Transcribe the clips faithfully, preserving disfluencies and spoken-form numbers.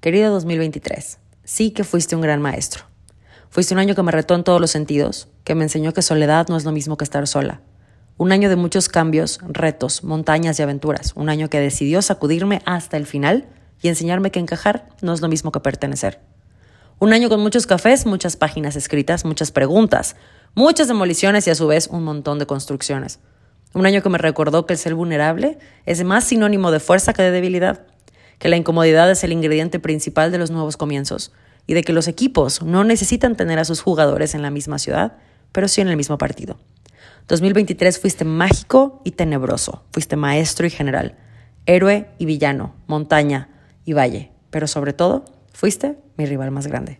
Querido dos mil veintitrés, sí que fuiste un gran maestro. Fuiste un año que me retó en todos los sentidos, que me enseñó que soledad no es lo mismo que estar sola. Un año de muchos cambios, retos, montañas y aventuras. Un año que decidió sacudirme hasta el final y enseñarme que encajar no es lo mismo que pertenecer. Un año con muchos cafés, muchas páginas escritas, muchas preguntas, muchas demoliciones y a su vez un montón de construcciones. Un año que me recordó que el ser vulnerable es más sinónimo de fuerza que de debilidad, que la incomodidad es el ingrediente principal de los nuevos comienzos y de que los equipos no necesitan tener a sus jugadores en la misma ciudad, pero sí en el mismo partido. dos mil veintitrés fuiste mágico y tenebroso, fuiste maestro y general, héroe y villano, montaña y valle, pero sobre todo, fuiste mi rival más grande.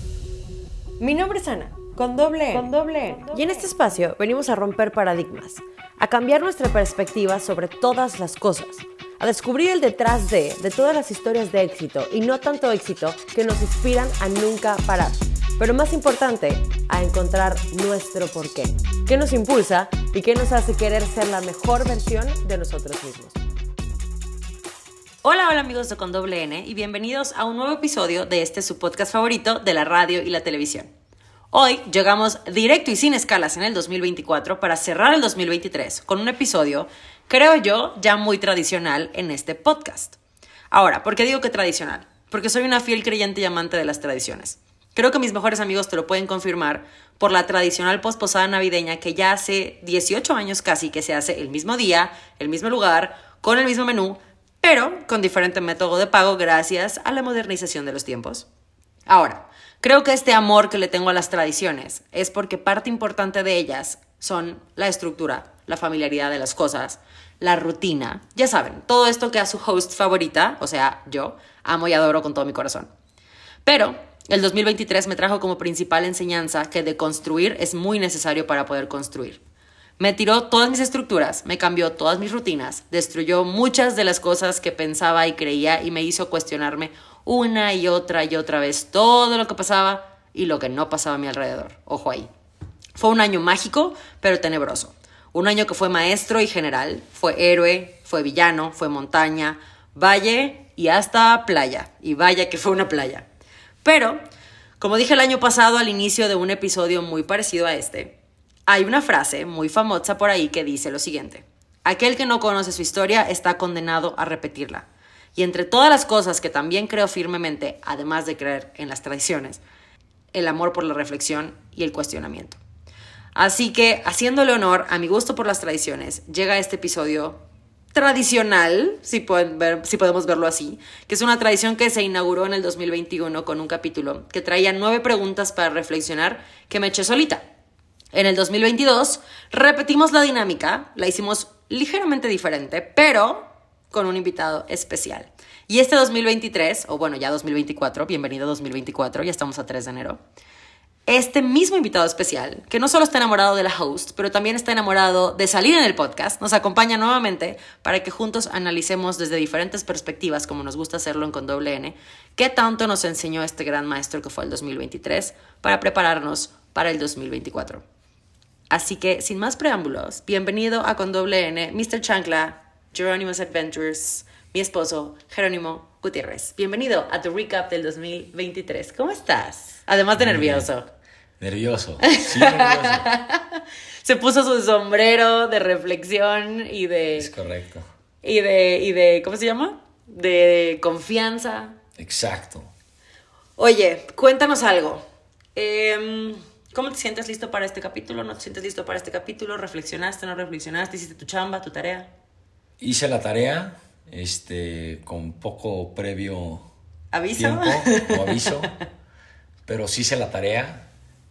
Mi nombre es Ana, con doble N. Con doble N. Y en este espacio venimos a romper paradigmas, a cambiar nuestra perspectiva sobre todas las cosas, a descubrir el detrás de, de todas las historias de éxito y no tanto éxito que nos inspiran a nunca parar. Pero más importante, a encontrar nuestro porqué. ¿Qué nos impulsa y qué nos hace querer ser la mejor versión de nosotros mismos? Hola, hola amigos de Con Doble N y bienvenidos a un nuevo episodio de este su podcast favorito de la radio y la televisión. Hoy llegamos directo y sin escalas en el dos mil veinticuatro para cerrar el dos mil veintitrés con un episodio, creo yo, ya muy tradicional en este podcast. Ahora, ¿por qué digo que tradicional? Porque soy una fiel creyente y amante de las tradiciones. Creo que mis mejores amigos te lo pueden confirmar por la tradicional posposada navideña que ya hace dieciocho años casi que se hace el mismo día, el mismo lugar, con el mismo menú, pero con diferente método de pago gracias a la modernización de los tiempos. Ahora, creo que este amor que le tengo a las tradiciones es porque parte importante de ellas son la estructura, la familiaridad de las cosas, la rutina. Ya saben, todo esto que a su host favorita, o sea, yo, amo y adoro con todo mi corazón. Pero el dos mil veintitrés me trajo como principal enseñanza que deconstruir es muy necesario para poder construir. Me tiró todas mis estructuras, me cambió todas mis rutinas, destruyó muchas de las cosas que pensaba y creía y me hizo cuestionarme una y otra y otra vez todo lo que pasaba y lo que no pasaba a mi alrededor. Ojo ahí. Fue un año mágico, pero tenebroso. Un año que fue maestro y general, fue héroe, fue villano, fue montaña, valle y hasta playa. Y vaya que fue una playa. Pero, como dije el año pasado al inicio de un episodio muy parecido a este, hay una frase muy famosa por ahí que dice lo siguiente: aquel que no conoce su historia está condenado a repetirla. Y entre todas las cosas que también creo firmemente, además de creer en las tradiciones, el amor por la reflexión y el cuestionamiento. Así que, haciéndole honor a mi gusto por las tradiciones, llega este episodio tradicional, si, pueden ver, si podemos verlo así, que es una tradición que se inauguró en el dos mil veintiuno con un capítulo que traía nueve preguntas para reflexionar que me eché solita. En el dos mil veintidós repetimos la dinámica, la hicimos ligeramente diferente, pero con un invitado especial. Y este dos mil veintitrés, o bueno, ya dos mil veinticuatro, bienvenido dos mil veinticuatro, ya estamos a tres de enero, este mismo invitado especial, que no solo está enamorado de la host, pero también está enamorado de salir en el podcast, nos acompaña nuevamente para que juntos analicemos desde diferentes perspectivas, como nos gusta hacerlo en Con Doble N, qué tanto nos enseñó este gran maestro que fue el dos mil veintitrés para prepararnos para el dos mil veinticuatro. Así que, sin más preámbulos, bienvenido a Con Doble N, mister Chancla, Jerónimo's Adventures, mi esposo, Jerónimo Gutiérrez. Bienvenido a tu recap del dos mil veintitrés. ¿Cómo estás? Además de nervioso. Nervioso, sí, nervioso. Se puso su sombrero de reflexión y de... Es correcto. Y de, y de, ¿cómo se llama? De confianza. Exacto. Oye, cuéntanos algo. Eh... ¿Cómo te sientes listo para este capítulo? ¿No te sientes listo para este capítulo? ¿Reflexionaste? ¿No reflexionaste? ¿Hiciste tu chamba, tu tarea? Hice la tarea, este, con poco previo ¿Aviso? tiempo o aviso, pero sí hice la tarea,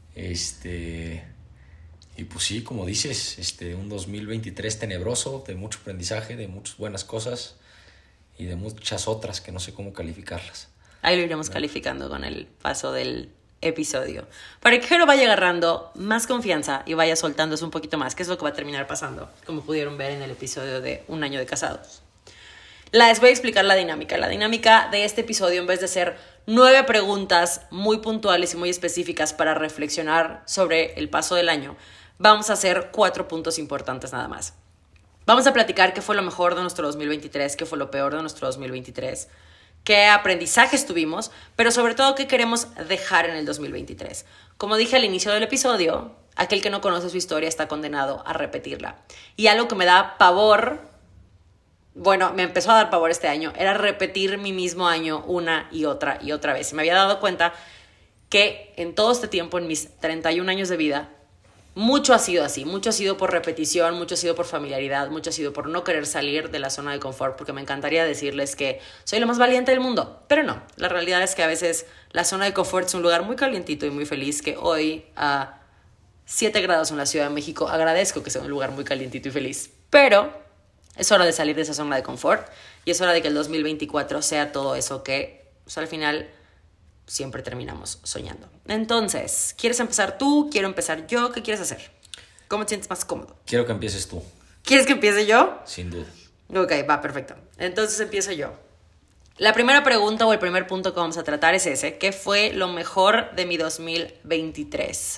este, y pues sí, como dices, este, un dos mil veintitrés tenebroso, de mucho aprendizaje, de muchas buenas cosas y de muchas otras que no sé cómo calificarlas. Ahí lo iremos ¿no? calificando con el paso del episodio, para que Jero vaya agarrando más confianza y vaya soltándose un poquito más, que es lo que va a terminar pasando, como pudieron ver en el episodio de Un Año de Casados. Les voy a explicar la dinámica. La dinámica de este episodio, en vez de ser nueve preguntas muy puntuales y muy específicas para reflexionar sobre el paso del año, vamos a hacer cuatro puntos importantes nada más. Vamos a platicar qué fue lo mejor de nuestro dos mil veintitrés, qué fue lo peor de nuestro dos mil veintitrés, qué aprendizajes tuvimos, pero sobre todo qué queremos dejar en el dos mil veintitrés. Como dije al inicio del episodio, aquel que no conoce su historia está condenado a repetirla. Y algo que me da pavor, bueno, me empezó a dar pavor este año, era repetir mi mismo año una y otra y otra vez. Y me había dado cuenta que en todo este tiempo, en mis treinta y un años de vida, mucho ha sido así, mucho ha sido por repetición, mucho ha sido por familiaridad, mucho ha sido por no querer salir de la zona de confort, porque me encantaría decirles que soy lo más valiente del mundo, pero no, la realidad es que a veces la zona de confort es un lugar muy calientito y muy feliz, que hoy a siete grados en la Ciudad de México agradezco que sea un lugar muy calientito y feliz, pero es hora de salir de esa zona de confort y es hora de que el dos mil veinticuatro sea todo eso que, pues, al final siempre terminamos soñando. Entonces, ¿quieres empezar tú? ¿Quiero empezar yo? ¿Qué quieres hacer? ¿Cómo te sientes más cómodo? Quiero que empieces tú. ¿Quieres que empiece yo? Sin duda. Ok, va, perfecto. Entonces empiezo yo. La primera pregunta o el primer punto que vamos a tratar es ese. ¿Qué fue lo mejor de mi dos mil veintitrés?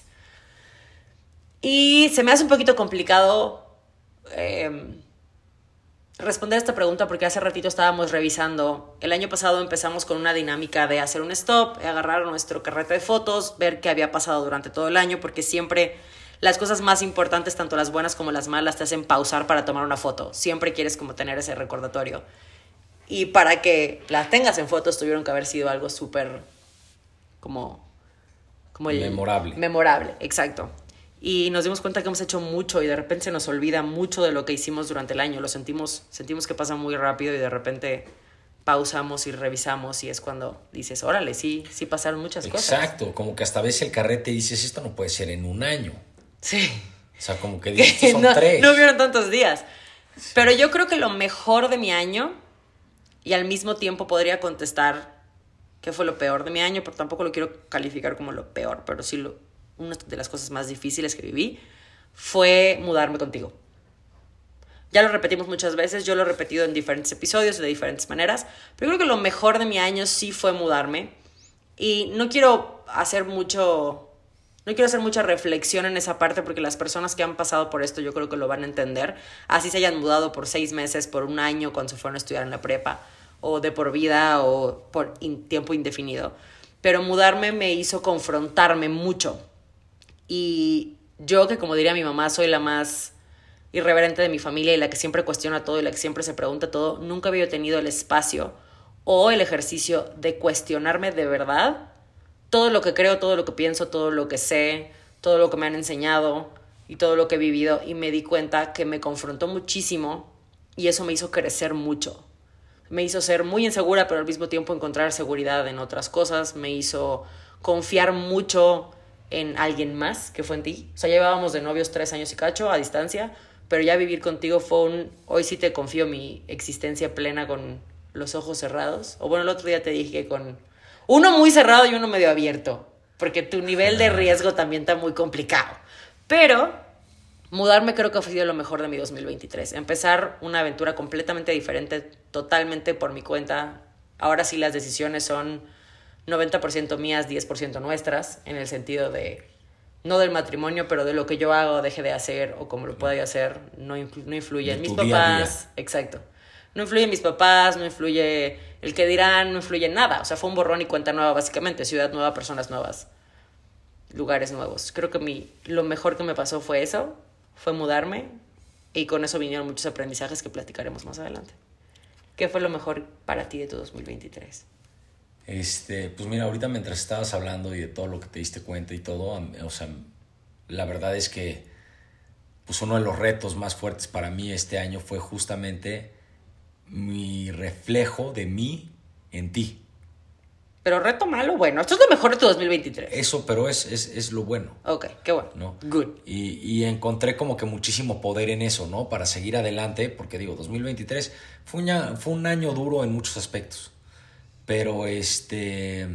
Y se me hace un poquito complicado eh, responder esta pregunta porque hace ratito estábamos revisando. El año pasado empezamos con una dinámica de hacer un stop, agarrar nuestro carrete de fotos, ver qué había pasado durante todo el año, porque siempre las cosas más importantes, tanto las buenas como las malas, te hacen pausar para tomar una foto. Siempre quieres como tener ese recordatorio. Y para que las tengas en fotos tuvieron que haber sido algo súper como, como el, memorable. Memorable, exacto. Y nos dimos cuenta que hemos hecho mucho y de repente se nos olvida mucho de lo que hicimos durante el año. Lo sentimos, sentimos que pasa muy rápido y de repente pausamos y revisamos y es cuando dices, órale, sí, sí pasaron muchas Exacto, cosas. Exacto, como que hasta ves el carrete y dices, esto no puede ser en un año. Sí. O sea, como que dices, que son no, tres. No hubieron tantos días. Sí. Pero yo creo que lo mejor de mi año, y al mismo tiempo podría contestar qué fue lo peor de mi año, pero tampoco lo quiero calificar como lo peor, pero sí lo... una de las cosas más difíciles que viví fue mudarme contigo. Ya lo repetimos muchas veces, yo lo he repetido en diferentes episodios de diferentes maneras, pero creo que lo mejor de mi año sí fue mudarme. Y no quiero hacer mucho, no quiero hacer mucha reflexión en esa parte porque las personas que han pasado por esto yo creo que lo van a entender. Así se hayan mudado por seis meses, por un año cuando se fueron a estudiar en la prepa, o de por vida o por in- tiempo indefinido. Pero mudarme me hizo confrontarme mucho. Y yo, que como diría mi mamá, soy la más irreverente de mi familia y la que siempre cuestiona todo y la que siempre se pregunta todo, nunca había tenido el espacio o el ejercicio de cuestionarme de verdad todo lo que creo, todo lo que pienso, todo lo que sé, todo lo que me han enseñado y todo lo que he vivido. Y me di cuenta que me confrontó muchísimo y eso me hizo crecer mucho. Me hizo ser muy insegura, pero al mismo tiempo encontrar seguridad en otras cosas. Me hizo confiar mucho en alguien más que fue en ti. O sea, llevábamos de novios tres años y cacho a distancia, pero ya vivir contigo fue un... Hoy sí te confío mi existencia plena con los ojos cerrados. O bueno, el otro día te dije que con uno muy cerrado y uno medio abierto, porque tu nivel de riesgo también está muy complicado. Pero mudarme creo que ha sido lo mejor de mi dos mil veintitrés. Empezar una aventura completamente diferente, totalmente por mi cuenta. Ahora sí las decisiones son noventa por ciento mías, diez por ciento nuestras, en el sentido de, no del matrimonio, pero de lo que yo hago o deje de hacer o como lo pueda yo hacer, no, influ- no influye en mis papás. Día a día. Exacto. No influye en mis papás, no influye el que dirán, no influye en nada. O sea, fue un borrón y cuenta nueva básicamente, ciudad nueva, personas nuevas, lugares nuevos. Creo que mi, lo mejor que me pasó fue eso, fue mudarme y con eso vinieron muchos aprendizajes que platicaremos más adelante. ¿Qué fue lo mejor para ti de tu dos mil veintitrés? Este, pues mira, ahorita mientras estabas hablando y de todo lo que te diste cuenta y todo, o sea, la verdad es que pues uno de los retos más fuertes para mí este año fue justamente mi reflejo de mí en ti. Pero reto malo, bueno, esto es lo mejor de tu dos mil veintitrés. Eso, pero es, es, es lo bueno. Ok, qué bueno. ¿No? Good. Y, y encontré como que muchísimo poder en eso, ¿no? Para seguir adelante, porque digo, dos mil veintitrés fue un año, fue un año duro en muchos aspectos. Pero este...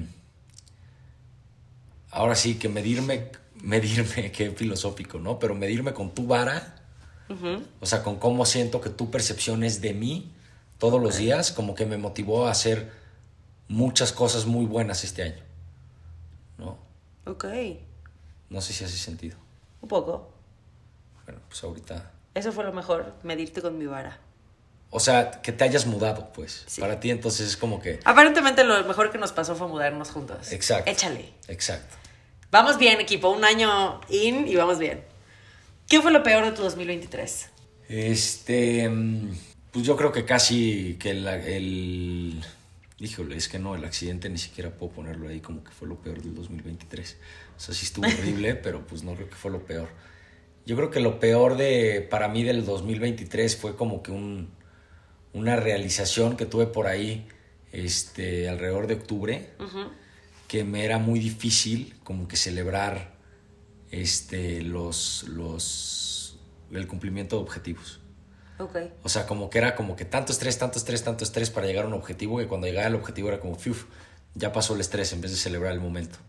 ahora sí que medirme, medirme, qué filosófico, ¿no? Pero medirme con tu vara, uh-huh. O sea, con cómo siento que tu percepción es de mí todos okay. los días, como que me motivó a hacer muchas cosas muy buenas este año, ¿no? Ok. No sé si hace sentido. Un poco. Bueno, pues ahorita... Eso fue lo mejor, medirte con mi vara. O sea, que te hayas mudado, pues. Sí. Para ti, entonces, es como que... Aparentemente lo mejor que nos pasó fue mudarnos juntos. Exacto. Échale. Exacto. Vamos bien, equipo. Un año in y vamos bien. ¿Qué fue lo peor de tu dos mil veintitrés? Este... Pues yo creo que casi que el... el híjole, es que no, el accidente ni siquiera puedo ponerlo ahí como que fue lo peor del dos mil veintitrés. O sea, sí estuvo horrible, pero pues no creo que fue lo peor. Yo creo que lo peor de para mí del dos mil veintitrés fue como que un, una realización que tuve por ahí este, alrededor de octubre, uh-huh. que me era muy difícil como que celebrar este, los, los, el cumplimiento de objetivos. Okay. O sea, como que era como que tanto estrés, tanto estrés, tanto estrés para llegar a un objetivo, que cuando llegaba al objetivo era como, fiu, ya pasó el estrés en vez de celebrar el momento.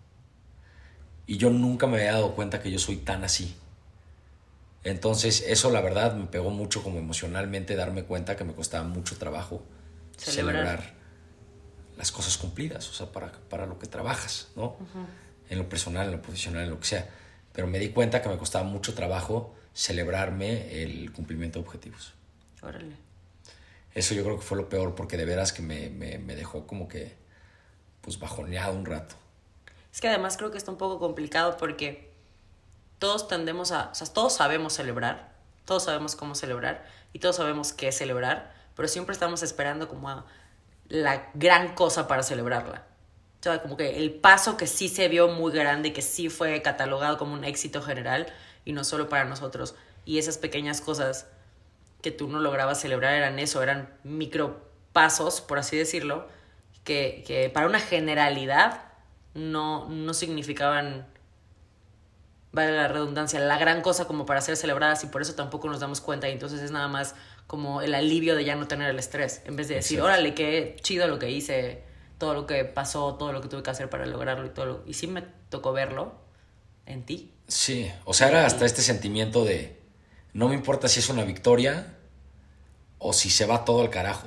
Y yo nunca me había dado cuenta que yo soy tan así. Entonces, eso la verdad me pegó mucho como emocionalmente, darme cuenta que me costaba mucho trabajo celebrar, celebrar las cosas cumplidas, o sea, para, para lo que trabajas, ¿no? Uh-huh. En lo personal, en lo profesional, en lo que sea. Pero me di cuenta que me costaba mucho trabajo celebrarme el cumplimiento de objetivos. Órale. Eso yo creo que fue lo peor, porque de veras que me, me, me dejó como que pues bajoneado un rato. Es que además creo que está un poco complicado porque todos tendemos a... O sea, todos sabemos celebrar, todos sabemos cómo celebrar y todos sabemos qué celebrar, pero siempre estamos esperando como a la gran cosa para celebrarla. O sea, como que el paso que sí se vio muy grande, que sí fue catalogado como un éxito general y no solo para nosotros. Y esas pequeñas cosas que tú no lograbas celebrar eran eso, eran micropasos, por así decirlo, que, que para una generalidad no, no significaban, vale la redundancia, la gran cosa como para ser celebradas, y por eso tampoco nos damos cuenta, y entonces es nada más como el alivio de ya no tener el estrés, en vez de decir, exacto, órale, qué chido lo que hice, todo lo que pasó, todo lo que tuve que hacer para lograrlo y todo lo, y sí me tocó verlo en ti. Sí, o sea, era hasta este sentimiento de no me importa si es una victoria o si se va todo al carajo.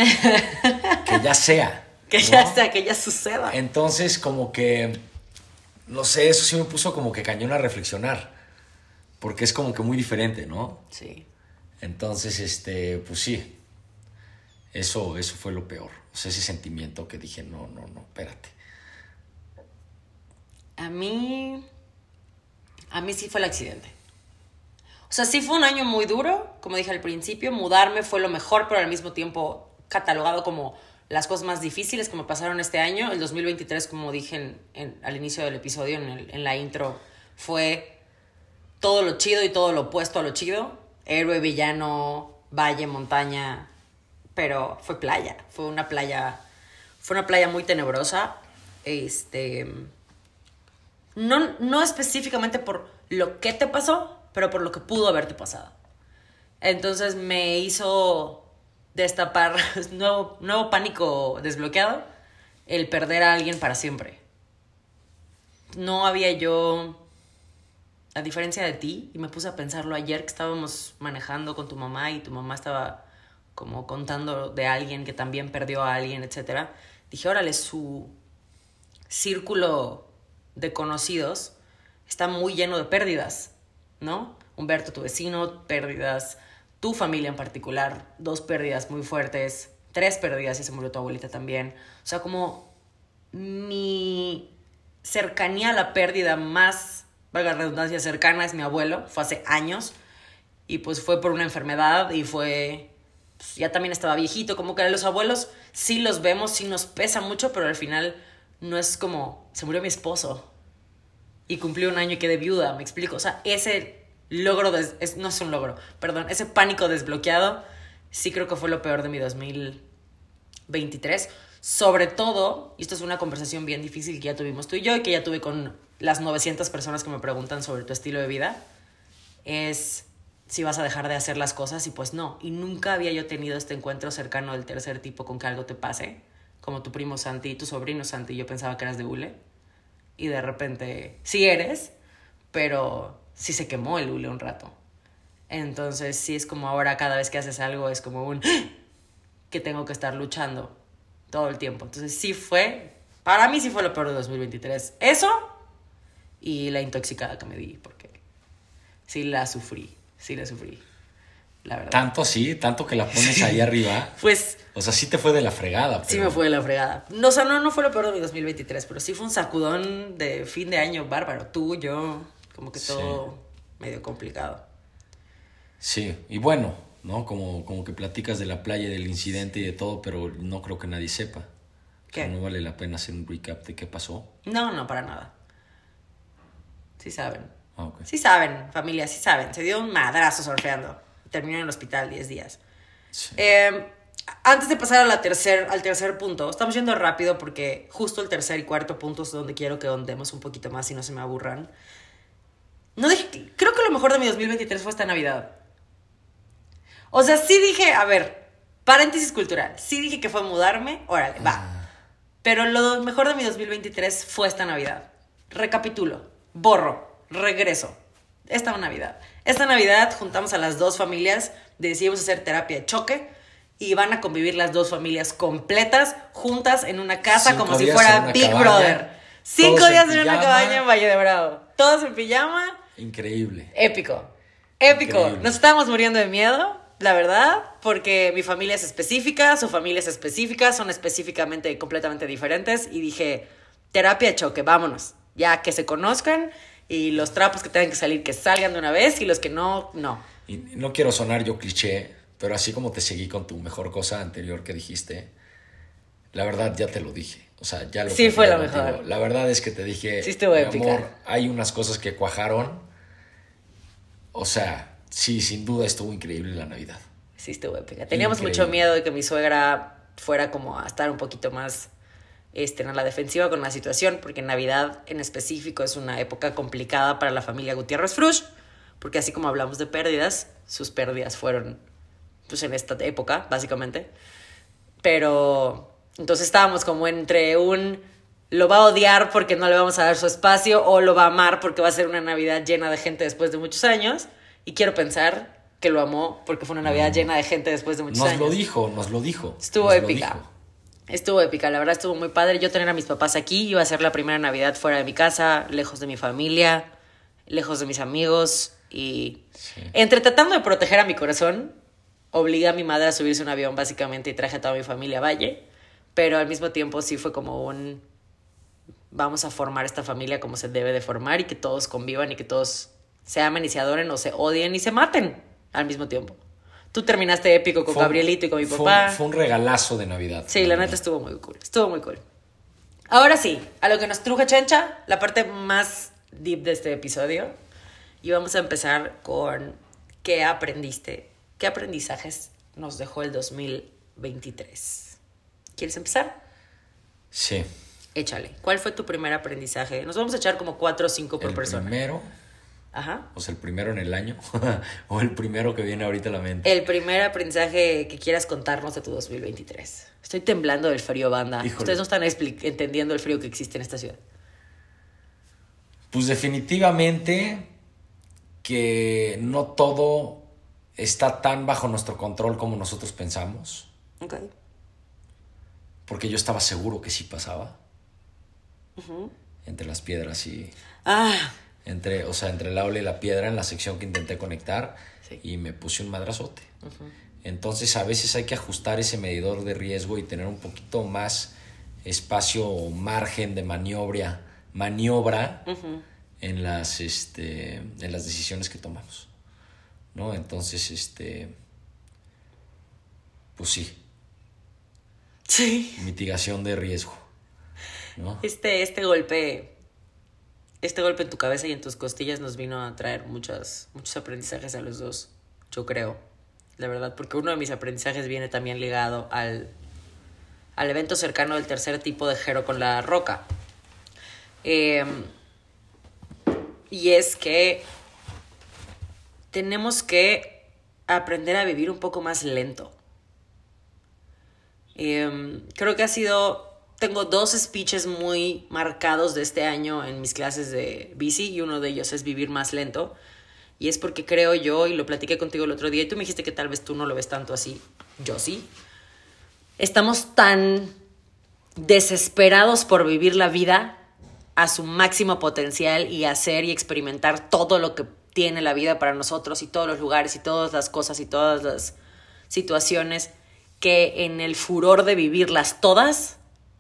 Que ya sea. Que ¿no? ya sea, que ya suceda. Entonces, como que, no sé, eso sí me puso como que cañón a reflexionar. Porque es como que muy diferente, ¿no? Sí. Entonces, este, pues sí. Eso, eso fue lo peor. O sea, ese sentimiento que dije, no, no, no, espérate. A mí... A mí sí fue el accidente. O sea, sí fue un año muy duro, como dije al principio. Mudarme fue lo mejor, pero al mismo tiempo catalogado como las cosas más difíciles que me pasaron este año. El dos mil veintitrés, como dije en, en, al inicio del episodio, en, el, en la intro, fue todo lo chido y todo lo opuesto a lo chido. Héroe, villano, valle, montaña, pero fue playa. Fue una playa, fue una playa muy tenebrosa. Este... No, no específicamente por lo que te pasó, pero por lo que pudo haberte pasado. Entonces me hizo destapar nuevo, nuevo pánico desbloqueado, el perder a alguien para siempre. No había yo, a diferencia de ti, y me puse a pensarlo ayer que estábamos manejando con tu mamá y tu mamá estaba como contando de alguien que también perdió a alguien, etcétera. Dije, órale, su círculo de conocidos está muy lleno de pérdidas, ¿no? Humberto, tu vecino, pérdidas, tu familia en particular, dos pérdidas muy fuertes, tres pérdidas y se murió tu abuelita también. O sea, como mi cercanía a la pérdida más, valga la redundancia, cercana es mi abuelo, fue hace años, y pues fue por una enfermedad y fue, pues ya también estaba viejito, como que a los abuelos sí los vemos, sí nos pesa mucho, pero al final no es como, se murió mi esposo y cumplí un año y quedé viuda, me explico. O sea, ese logro, des, es, no es un logro, perdón, ese pánico desbloqueado, sí creo que fue lo peor de mi dos mil veintitrés. Sobre todo, y esto es una conversación bien difícil que ya tuvimos tú y yo, y que ya tuve con las novecientas personas que me preguntan sobre tu estilo de vida, es si vas a dejar de hacer las cosas, y pues no. Y nunca había yo tenido este encuentro cercano del tercer tipo con que algo te pase, como tu primo Santi y tu sobrino Santi. Yo pensaba que eras de hule y de repente sí eres, pero sí se quemó el hule un rato. Entonces sí es como ahora cada vez que haces algo es como un que tengo que estar luchando todo el tiempo. Entonces sí fue, para mí sí fue lo peor de dos mil veintitrés. Eso y la intoxicada que me di, porque sí la sufrí, sí la sufrí. la verdad. Tanto sí, tanto que la pones ahí arriba. Pues... O sea, sí te fue de la fregada. Pero... Sí me fue de la fregada. No, o sea, no, no fue lo peor de mi dos mil veintitrés, pero sí fue un sacudón de fin de año bárbaro. Tú, yo, como que todo sí. medio complicado. Sí, y bueno, ¿no? Como, como que platicas de la playa, del incidente y de todo, pero no creo que nadie sepa. ¿Qué? O sea, no vale la pena hacer un recap de qué pasó. No, no, para nada. Sí saben. Ah, okay. Sí saben, familia, sí saben. Se dio un madrazo surfeando. Terminó en el hospital diez días. Sí. Eh... Antes de pasar a la tercer, al tercer punto, estamos yendo rápido porque justo el tercer y cuarto punto es donde quiero que ondemos un poquito más y no se me aburran. No dije, creo que lo mejor de mi dos mil veintitrés fue esta Navidad. O sea, sí dije, a ver, paréntesis cultural, sí dije que fue mudarme, órale, va. Ah. Pero lo mejor de mi dos mil veintitrés fue esta Navidad. Recapitulo, borro, regreso. Esta Navidad. Esta Navidad juntamos a las dos familias, decidimos hacer terapia de choque. Y van a convivir las dos familias completas, juntas en una casa, Cinco como si fuera Big cabaña, Brother. Cinco días en, en una cabaña en Valle de Bravo. Todos en pijama. Increíble. Épico. Épico. Increíble. Nos estábamos muriendo de miedo, la verdad, porque mi familia es específica, su familia es específica, son específicamente completamente diferentes. Y dije, terapia de choque, vámonos. Ya que se conozcan y los trapos que tengan que salir, que salgan de una vez y los que no, no. Y no quiero sonar yo cliché, pero así como te seguí con tu mejor cosa anterior que dijiste, la verdad ya te lo dije. O sea, ya lo Sí, fue la contigo. mejor. La verdad es que te dije, sí estuvo mi épica. Amor, hay unas cosas que cuajaron. O sea, sí, sin duda estuvo increíble la Navidad. Sí estuvo épica. Teníamos increíble. Mucho miedo de que mi suegra fuera como a estar un poquito más este, en la defensiva con la situación, porque Navidad en específico es una época complicada para la familia Gutiérrez Frush, porque así como hablamos de pérdidas, sus pérdidas fueron... pues en esta época, básicamente. Pero entonces estábamos como entre un lo va a odiar porque no le vamos a dar su espacio o lo va a amar porque va a ser una Navidad llena de gente después de muchos años. Y quiero pensar que lo amó porque fue una Navidad mm. llena de gente después de muchos nos años. Nos lo dijo, nos lo dijo. Estuvo nos épica. Estuvo épica, la verdad estuvo muy padre. Yo tener a mis papás aquí, iba a ser la primera Navidad fuera de mi casa, lejos de mi familia, lejos de mis amigos. Y sí. entre tratando de proteger a mi corazón, obligué a mi madre a subirse a un avión básicamente y traje a toda mi familia a Valle, pero al mismo tiempo sí fue como un vamos a formar esta familia como se debe de formar y que todos convivan y que todos se amen y se adoren o se odien y se maten al mismo tiempo. Tú terminaste épico con fue, Gabrielito y con mi fue papá. Un, fue un regalazo de Navidad. Sí, la neta estuvo muy cool, estuvo muy cool. Ahora sí, a lo que nos truje Chencha, la parte más deep de este episodio, y vamos a empezar con ¿qué aprendiste? ¿Qué aprendizajes nos dejó el dos mil veintitrés? ¿Quieres empezar? Sí. Échale. ¿Cuál fue tu primer aprendizaje? Nos vamos a echar como cuatro o cinco por el persona. El primero. Ajá. O sea, el primero en el año. O el primero que viene ahorita a la mente. El primer aprendizaje que quieras contarnos de tu dos mil veintitrés. Estoy temblando del frío, banda. Híjole. Ustedes no están expli- entendiendo el frío que existe en esta ciudad. Pues definitivamente que no todo está tan bajo nuestro control como nosotros pensamos. Ok. Porque yo estaba seguro que sí pasaba. Uh-huh. Entre las piedras y... Ah. Entre, o sea, entre el aula y la piedra en la sección que intenté conectar. Sí. Y me puse un madrazote. Uh-huh. Entonces a veces hay que ajustar ese medidor de riesgo y tener un poquito más espacio o margen de maniobra, maniobra uh-huh. en las, este, en las decisiones que tomamos, ¿no? Entonces, este, pues sí. Sí. Mitigación de riesgo, ¿no? Este, este golpe, este golpe en tu cabeza y en tus costillas nos vino a traer muchas, muchos aprendizajes a los dos, yo creo, la verdad, porque uno de mis aprendizajes viene también ligado al, al evento cercano del tercer tipo de Jero con la Roca. Eh, y es que tenemos que aprender a vivir un poco más lento. Eh, creo que ha sido... Tengo dos speeches muy marcados de este año en mis clases de bici y uno de ellos es vivir más lento. Y es porque creo yo, y lo platiqué contigo el otro día, y tú me dijiste que tal vez tú no lo ves tanto así. Yo sí. Estamos tan desesperados por vivir la vida a su máximo potencial y hacer y experimentar todo lo que tiene la vida para nosotros y todos los lugares y todas las cosas y todas las situaciones que en el furor de vivirlas todas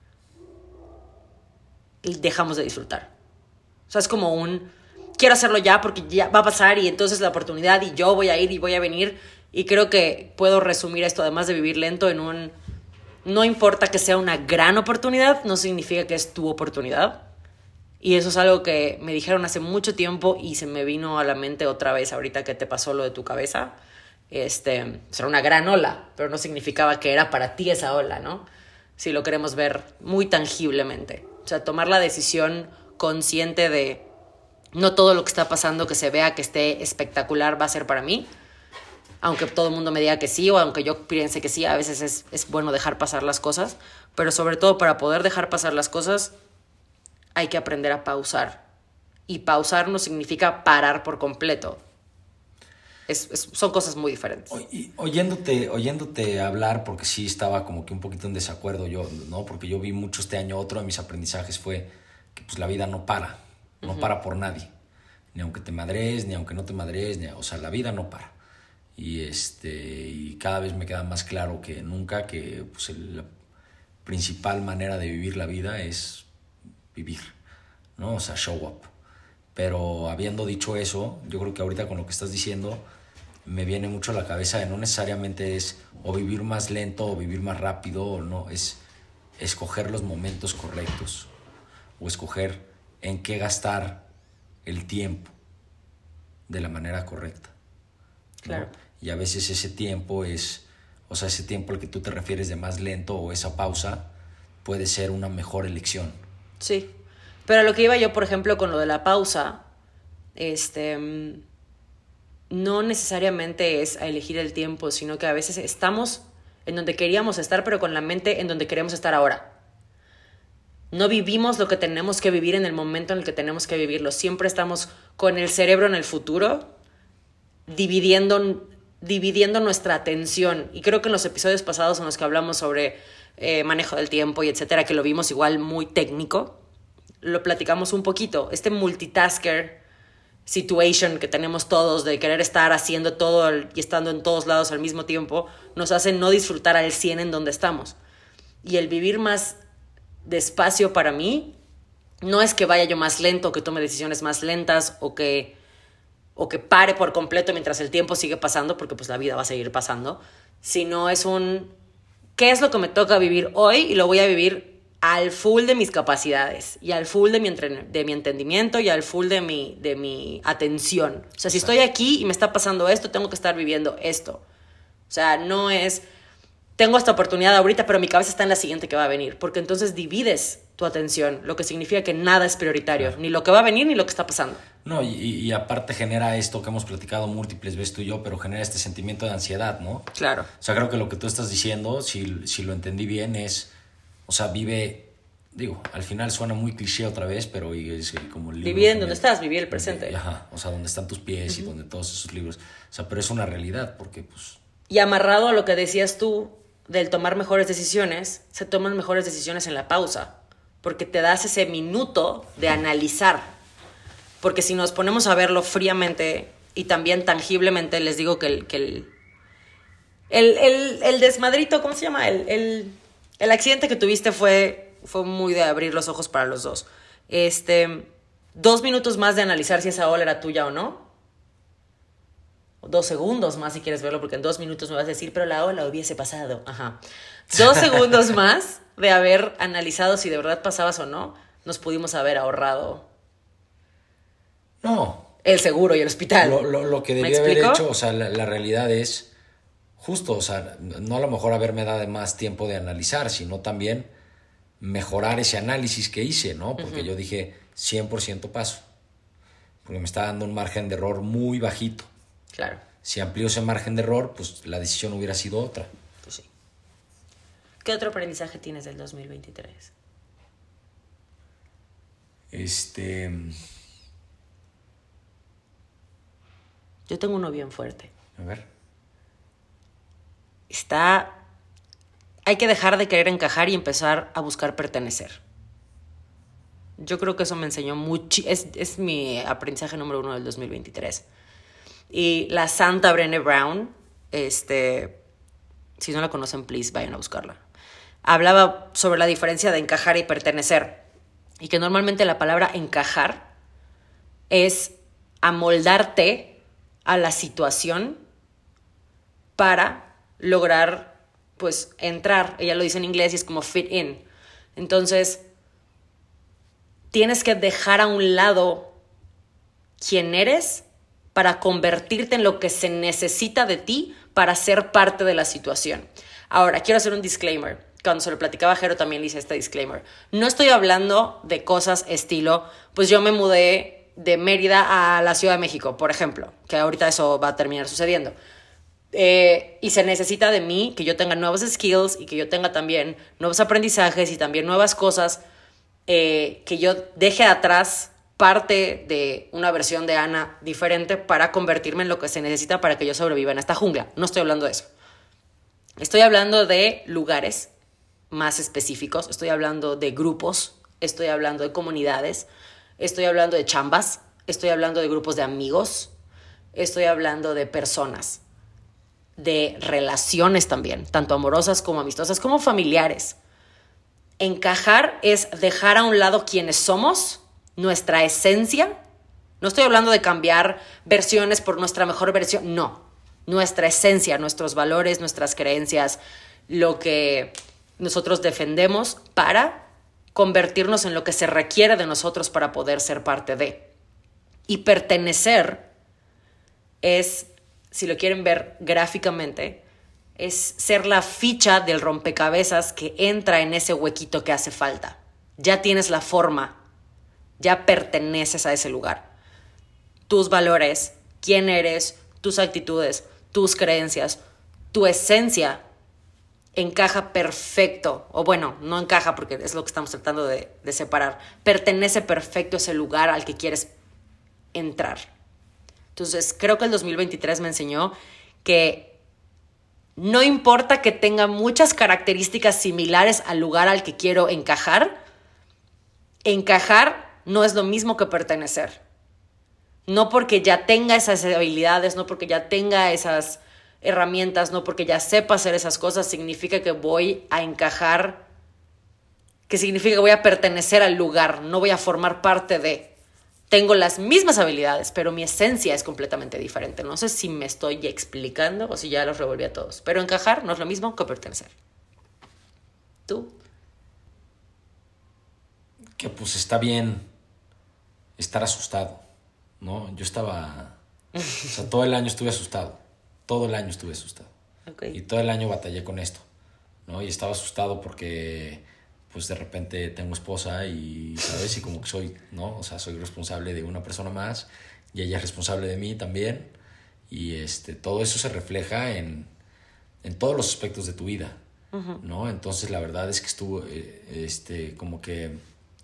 dejamos de disfrutar. O sea, es como un quiero hacerlo ya porque ya va a pasar y entonces la oportunidad y yo voy a ir y voy a venir. Y creo que puedo resumir esto, además de vivir lento, en un no importa que sea una gran oportunidad, no significa que es tu oportunidad. Y eso es algo que me dijeron hace mucho tiempo y se me vino a la mente otra vez ahorita que te pasó lo de tu cabeza. Este, será una gran ola, pero no significaba que era para ti esa ola, ¿no? Si lo queremos ver muy tangiblemente. O sea, tomar la decisión consciente de no todo lo que está pasando, que se vea, que esté espectacular, va a ser para mí. Aunque todo el mundo me diga que sí o aunque yo piense que sí, a veces es, es bueno dejar pasar las cosas. Pero sobre todo para poder dejar pasar las cosas hay que aprender a pausar. Y pausar no significa parar por completo. Es, es, son cosas muy diferentes. O, y, oyéndote, oyéndote hablar, porque sí estaba como que un poquito en desacuerdo yo, ¿no? Porque yo vi mucho este año, otro de mis aprendizajes fue que pues la vida no para. No uh-huh. para por nadie. Ni aunque te madres, ni aunque no te madres, ni, o sea, la vida no para. Y, este, y cada vez me queda más claro que nunca que pues, el, la principal manera de vivir la vida es vivir, ¿no? O sea, show up. Pero habiendo dicho eso, yo creo que ahorita con lo que estás diciendo me viene mucho a la cabeza de no necesariamente es o vivir más lento o vivir más rápido, o no, es escoger los momentos correctos o escoger en qué gastar el tiempo de la manera correcta, ¿no? Claro. Y a veces ese tiempo es, o sea, ese tiempo al que tú te refieres de más lento o esa pausa puede ser una mejor elección. Sí, pero a lo que iba yo, por ejemplo, con lo de la pausa, este, no necesariamente es a elegir el tiempo, sino que a veces estamos en donde queríamos estar, pero con la mente en donde queremos estar ahora. No vivimos lo que tenemos que vivir en el momento en el que tenemos que vivirlo. Siempre estamos con el cerebro en el futuro, dividiendo, dividiendo nuestra atención. Y creo que en los episodios pasados en los que hablamos sobre eh, manejo del tiempo y etcétera, que lo vimos igual muy técnico, lo platicamos un poquito. Este multitasker situation que tenemos todos de querer estar haciendo todo y estando en todos lados al mismo tiempo, nos hace no disfrutar al cien en donde estamos. Y el vivir más despacio para mí no es que vaya yo más lento, que tome decisiones más lentas o que, o que pare por completo mientras el tiempo sigue pasando, porque pues la vida va a seguir pasando, sino es un ¿qué es lo que me toca vivir hoy? Y lo voy a vivir al full de mis capacidades y al full de mi, entren- de mi entendimiento y al full de mi, de mi atención. O sea, si estoy aquí y me está pasando esto, tengo que estar viviendo esto. O sea, no es tengo esta oportunidad ahorita, pero mi cabeza está en la siguiente que va a venir, porque entonces divides tu atención, lo que significa que nada es prioritario, claro. Ni lo que va a venir ni lo que está pasando. No, y, y aparte genera esto que hemos platicado múltiples veces tú y yo, pero genera este sentimiento de ansiedad, ¿no? Claro. O sea, creo que lo que tú estás diciendo, si, si lo entendí bien, es, o sea, vive, digo, al final suena muy cliché otra vez, pero es como el libro. Vivir en donde estás, vivir el presente. Donde, ajá, o sea, donde están tus pies uh-huh. y donde todos esos libros. O sea, pero es una realidad, porque pues... Y amarrado a lo que decías tú, del tomar mejores decisiones, se toman mejores decisiones en la pausa, porque te das ese minuto de analizar. Porque si nos ponemos a verlo fríamente y también tangiblemente, les digo que el, que el, el, el, el desmadrito, ¿cómo se llama? El, el, el accidente que tuviste fue, fue muy de abrir los ojos para los dos. Este, dos minutos más de analizar si esa ola era tuya o no. Dos segundos más si quieres verlo, porque en dos minutos me vas a decir, pero la ola hubiese pasado. Ajá. Dos segundos más de haber analizado si de verdad pasabas o no, nos pudimos haber ahorrado. No. El seguro y el hospital. Lo, lo, lo que debí haber hecho, o sea, la, la realidad es justo, o sea, no a lo mejor haberme dado más tiempo de analizar, sino también mejorar ese análisis que hice, ¿no? Porque uh-huh. yo dije cien por ciento paso. Porque me está dando un margen de error muy bajito. Claro. Si amplío ese margen de error, pues la decisión hubiera sido otra. Pues sí. ¿Qué otro aprendizaje tienes del dos mil veintitrés? Este... Yo tengo uno bien fuerte. A ver. Está... Hay que dejar de querer encajar y empezar a buscar pertenecer. Yo creo que eso me enseñó mucho, es, es mi aprendizaje número uno del dos mil veintitrés. Y la santa Brené Brown, este, si no la conocen, please, vayan a buscarla. Hablaba sobre la diferencia de encajar y pertenecer. Y que normalmente la palabra encajar es amoldarte a la situación para lograr, pues, entrar. Ella lo dice en inglés y es como fit in. Entonces, tienes que dejar a un lado quién eres para convertirte en lo que se necesita de ti para ser parte de la situación. Ahora, quiero hacer un disclaimer. Cuando se lo platicaba a Jero también le hice este disclaimer. No estoy hablando de cosas estilo, pues yo me mudé de Mérida a la Ciudad de México, por ejemplo, que ahorita eso va a terminar sucediendo. Eh, y se necesita de mí que yo tenga nuevos skills y que yo tenga también nuevos aprendizajes y también nuevas cosas, eh, que yo deje atrás parte de una versión de Ana diferente para convertirme en lo que se necesita para que yo sobreviva en esta jungla. No estoy hablando de eso. Estoy hablando de lugares más específicos, estoy hablando de grupos, estoy hablando de comunidades, estoy hablando de chambas, estoy hablando de grupos de amigos, estoy hablando de personas, de relaciones también, tanto amorosas como amistosas, como familiares. Encajar es dejar a un lado quienes somos, nuestra esencia. No estoy hablando de cambiar versiones por nuestra mejor versión, no. Nuestra esencia, nuestros valores, nuestras creencias, lo que nosotros defendemos para convertirnos en lo que se requiere de nosotros para poder ser parte de. Y pertenecer es, si lo quieren ver gráficamente, es ser la ficha del rompecabezas que entra en ese huequito que hace falta. Ya tienes la forma, ya perteneces a ese lugar. Tus valores, quién eres, tus actitudes, tus creencias, tu esencia encaja perfecto, o bueno, no encaja porque es lo que estamos tratando de, de separar, pertenece perfecto a ese lugar al que quieres entrar. Entonces, creo que el dos mil veintitrés me enseñó que no importa que tenga muchas características similares al lugar al que quiero encajar, encajar no es lo mismo que pertenecer. No porque ya tenga esas habilidades, no porque ya tenga esas herramientas, no porque ya sepa hacer esas cosas, significa que voy a encajar, que significa que voy a pertenecer al lugar, no voy a formar parte de. Tengo las mismas habilidades, pero mi esencia es completamente diferente. No sé si me estoy explicando o si ya los revolví a todos, pero encajar no es lo mismo que pertenecer. ¿Tú? Que pues está bien estar asustado, ¿no? Yo estaba, o sea, todo el año estuve asustado. Todo el año estuve asustado. Okay. Y todo el año batallé con esto, ¿no? Y estaba asustado porque, pues, de repente tengo esposa y, ¿sabes? Y como que soy, ¿no? O sea, soy responsable de una persona más y ella es responsable de mí también. Y este, todo eso se refleja en, en todos los aspectos de tu vida, uh-huh. ¿no? Entonces, la verdad es que estuvo, eh, este, como que...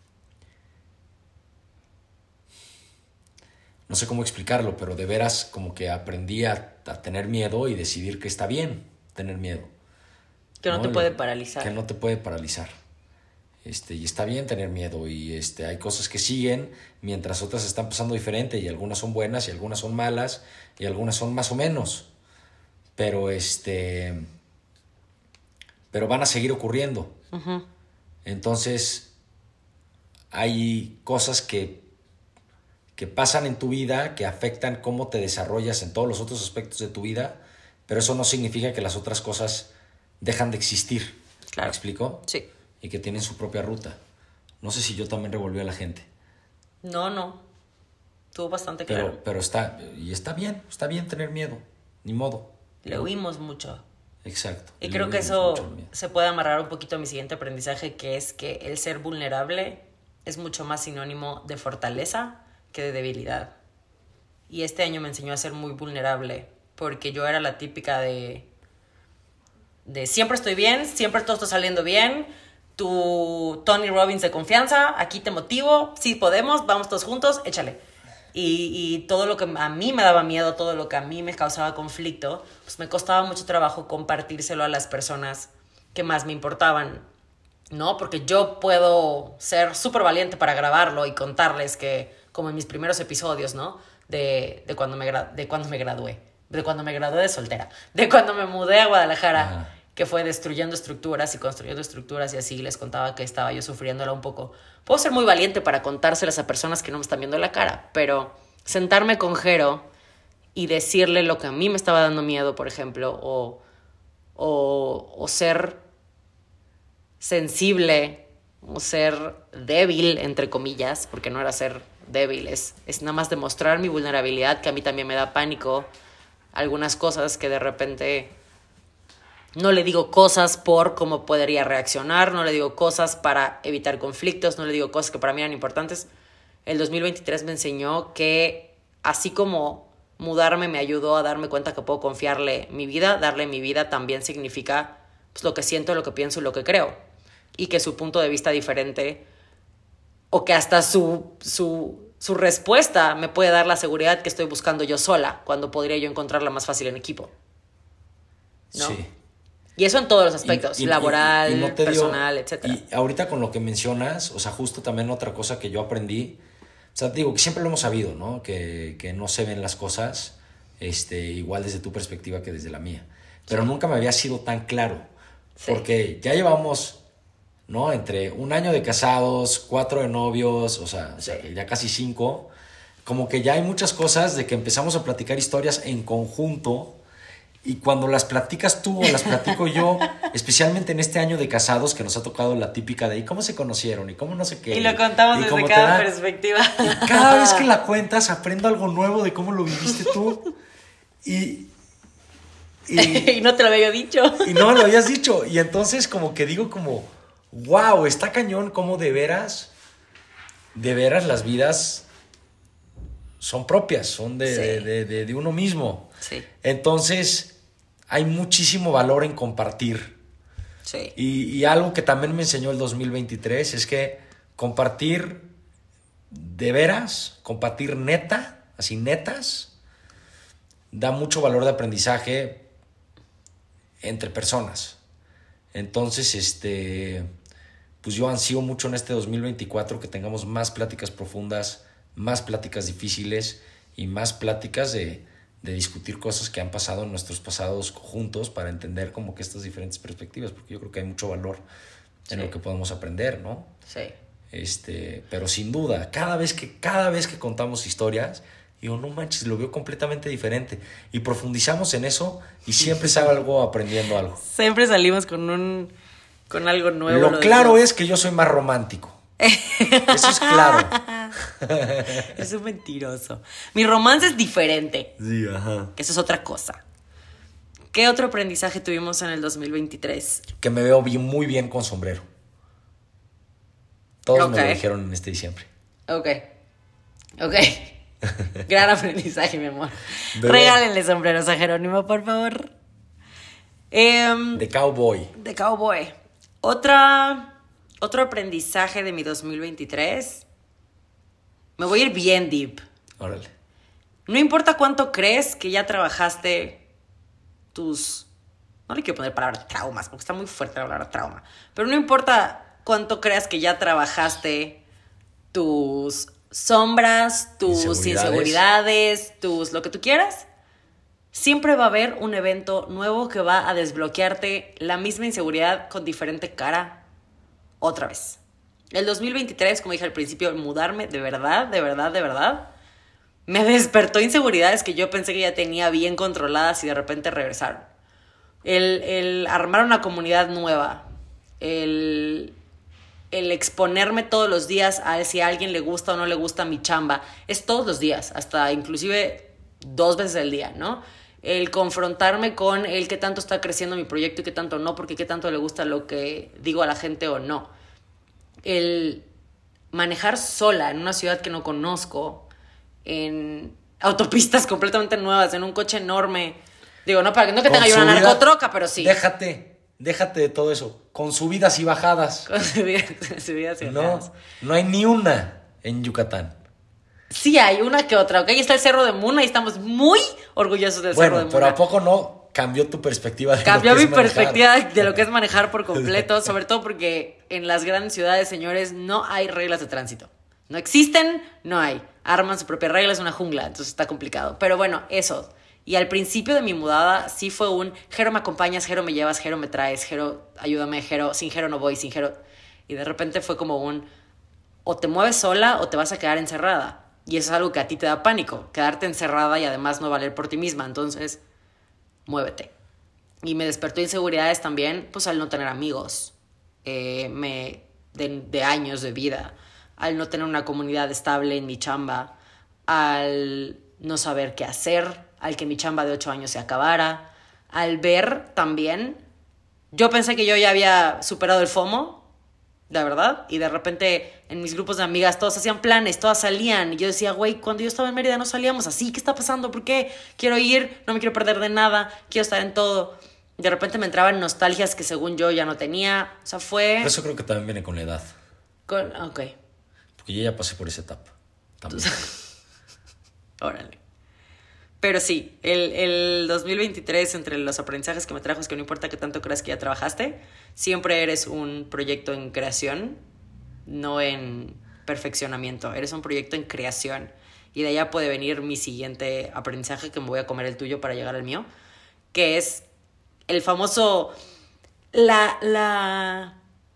No sé cómo explicarlo, pero de veras como que aprendí a, a tener miedo y decidir que está bien tener miedo. Que no, ¿no? te puede paralizar. Que no te puede paralizar. Este, y está bien tener miedo y este, hay cosas que siguen mientras otras están pasando diferente y algunas son buenas y algunas son malas y algunas son más o menos. Pero, este, pero van a seguir ocurriendo. Uh-huh. Entonces hay cosas que que pasan en tu vida, que afectan cómo te desarrollas en todos los otros aspectos de tu vida, pero eso no significa que las otras cosas dejan de existir. Claro. ¿Me explico? Sí. Y que tienen su propia ruta. No sé si yo también revolví a la gente. No, no. Estuvo bastante pero, claro. Pero está, y está bien, está bien tener miedo. Ni modo. Le huimos mucho. Exacto. Y creo que eso se puede amarrar un poquito a mi siguiente aprendizaje, que es que el ser vulnerable es mucho más sinónimo de fortaleza que de debilidad. Y este año me enseñó a ser muy vulnerable, porque yo era la típica de de siempre estoy bien, siempre todo está saliendo bien, tu Tony Robbins de confianza, aquí te motivo, sí podemos, vamos todos juntos, échale. Y, y todo lo que a mí me daba miedo, todo lo que a mí me causaba conflicto, pues me costaba mucho trabajo compartírselo a las personas que más me importaban. ¿no? Porque yo puedo ser súper valiente para grabarlo y contarles que, como en mis primeros episodios, ¿no? De, de, cuando, me gra- de cuando me gradué, de cuando me gradué de soltera, de cuando me mudé a Guadalajara, ajá, que fue destruyendo estructuras y construyendo estructuras y así les contaba que estaba yo sufriéndola un poco. Puedo ser muy valiente para contárselas a personas que no me están viendo la cara, pero sentarme con Jero y decirle lo que a mí me estaba dando miedo, por ejemplo, o, o, o ser sensible o ser débil, entre comillas, porque no era ser débil, es, es nada más demostrar mi vulnerabilidad, que a mí también me da pánico algunas cosas, que de repente no le digo cosas por cómo podría reaccionar, no le digo cosas para evitar conflictos, no le digo cosas que para mí eran importantes. El dos mil veintitrés me enseñó que así como mudarme me ayudó a darme cuenta que puedo confiarle mi vida, darle mi vida también significa pues, lo que siento, lo que pienso y lo que creo. Y que su punto de vista diferente, o que hasta su, su, su respuesta me puede dar la seguridad que estoy buscando yo sola, cuando podría yo encontrarla más fácil en equipo, ¿no? Sí. Y eso en todos los aspectos, y, y, laboral, y, y no personal, dio, etcétera. Y ahorita con lo que mencionas, o sea, justo también otra cosa que yo aprendí, o sea, digo, que siempre lo hemos sabido, ¿no? Que, que no se ven las cosas este, igual desde tu perspectiva que desde la mía. Pero sí, nunca me había sido tan claro, sí, porque ya llevamos... ¿no? Entre un año de casados, cuatro de novios, o sea, o sea, ya casi cinco, como que ya hay muchas cosas de que empezamos a platicar historias en conjunto, y cuando las platicas tú o las platico yo, especialmente en este año de casados que nos ha tocado la típica de ¿y cómo se conocieron? ¿Y cómo no sé qué? Y lo contamos y desde cada da, perspectiva. Y cada vez que la cuentas aprendo algo nuevo de cómo lo viviste tú, y... Y, y no te lo había dicho. Y no lo habías dicho, y entonces como que digo como... wow, está cañón como de veras, de veras las vidas son propias, son de, sí, de, de, de, de uno mismo. Sí. Entonces, hay muchísimo valor en compartir. Sí. Y, y algo que también me enseñó el dos mil veintitrés es que compartir de veras, compartir neta, así netas, da mucho valor de aprendizaje entre personas. Entonces, este... pues yo ansío mucho en este dos mil veinticuatro que tengamos más pláticas profundas, más pláticas difíciles y más pláticas de, de discutir cosas que han pasado en nuestros pasados juntos para entender como que estas diferentes perspectivas, porque yo creo que hay mucho valor en sí, lo que podemos aprender, ¿no? Sí. Este, pero sin duda, cada vez que, cada vez que contamos historias, digo, no manches, lo veo completamente diferente. Y profundizamos en eso y siempre salgo algo aprendiendo algo. Siempre salimos con un... con algo nuevo. Lo, lo claro es que yo soy más romántico. Eso es claro. Es un mentiroso. Mi romance es diferente. Sí, ajá. Eso es otra cosa. ¿Qué otro aprendizaje tuvimos en el dos mil veintitrés? Que me veo bien, muy bien con sombrero. Todos okay, me lo dijeron en este diciembre. Ok. Ok. Gran aprendizaje, mi amor. Bebé. Regálenle sombreros a Jerónimo, por favor. Eh, de cowboy. De cowboy. Otra, otro aprendizaje de mi dos mil veintitrés. Me voy a ir bien deep. Órale. No importa cuánto crees que ya trabajaste tus... no le quiero poner palabra traumas, porque está muy fuerte la palabra trauma. Pero no importa cuánto creas que ya trabajaste tus sombras, tus inseguridades, inseguridades tus lo que tú quieras. Siempre va a haber un evento nuevo que va a desbloquearte la misma inseguridad con diferente cara otra vez. El dos mil veintitrés, como dije al principio, mudarme de verdad, de verdad, de verdad, me despertó inseguridades que yo pensé que ya tenía bien controladas y de repente regresaron. El, el armar una comunidad nueva, el, el exponerme todos los días a si a alguien le gusta o no le gusta mi chamba, es todos los días, hasta inclusive dos veces al día, ¿no? El confrontarme con el qué tanto está creciendo mi proyecto y qué tanto no, porque qué tanto le gusta lo que digo a la gente o no. El manejar sola en una ciudad que no conozco, en autopistas completamente nuevas, en un coche enorme. Digo, no, para que no que tenga yo una narcotroca, pero sí. Déjate, déjate de todo eso. Con subidas y bajadas. Con subidas, subidas y bajadas. No, no hay ni una en Yucatán. Sí hay una que otra, ¿ok? Ahí está el Cerro de Muna y estamos muy orgullosos del bueno, Cerro de Muna. Bueno, pero ¿a poco no cambió tu perspectiva de Cambió lo que mi es manejar. perspectiva de lo que es manejar por completo, sobre todo porque en las grandes ciudades, señores, no hay reglas de tránsito. No existen, no hay. Arman su propia regla, es una jungla, entonces está complicado. Pero bueno, eso. Y al principio de mi mudada sí fue un Jero me acompañas, Jero me llevas, Jero me traes, Jero ayúdame, Jero, sin Jero no voy, sin Jero. Y de repente fue como un o te mueves sola o te vas a quedar encerrada. Y eso es algo que a ti te da pánico, quedarte encerrada y además no valer por ti misma. Entonces, muévete. Y me despertó inseguridades también, pues al no tener amigos eh, me, de, de años de vida, al no tener una comunidad estable en mi chamba, al no saber qué hacer, al que mi chamba de ocho años se acabara, al ver también, yo pensé que yo ya había superado el FOMO, la verdad, y de repente en mis grupos de amigas todos hacían planes, todas salían, y yo decía, güey, cuando yo estaba en Mérida no salíamos así, ¿qué está pasando? ¿Por qué? Quiero ir, no me quiero perder de nada, quiero estar en todo. De repente me entraban nostalgias que según yo ya no tenía, o sea, fue... Pero eso creo que también viene con la edad. Con... Ok. Porque yo ya pasé por esa etapa. También. Órale. Pero sí, el, el dos mil veintitrés, entre los aprendizajes que me trajo, es que no importa qué tanto creas que ya trabajaste, siempre eres un proyecto en creación, no en perfeccionamiento. Eres un proyecto en creación. Y de allá puede venir mi siguiente aprendizaje, que me voy a comer el tuyo para llegar al mío, que es el famoso... La, la,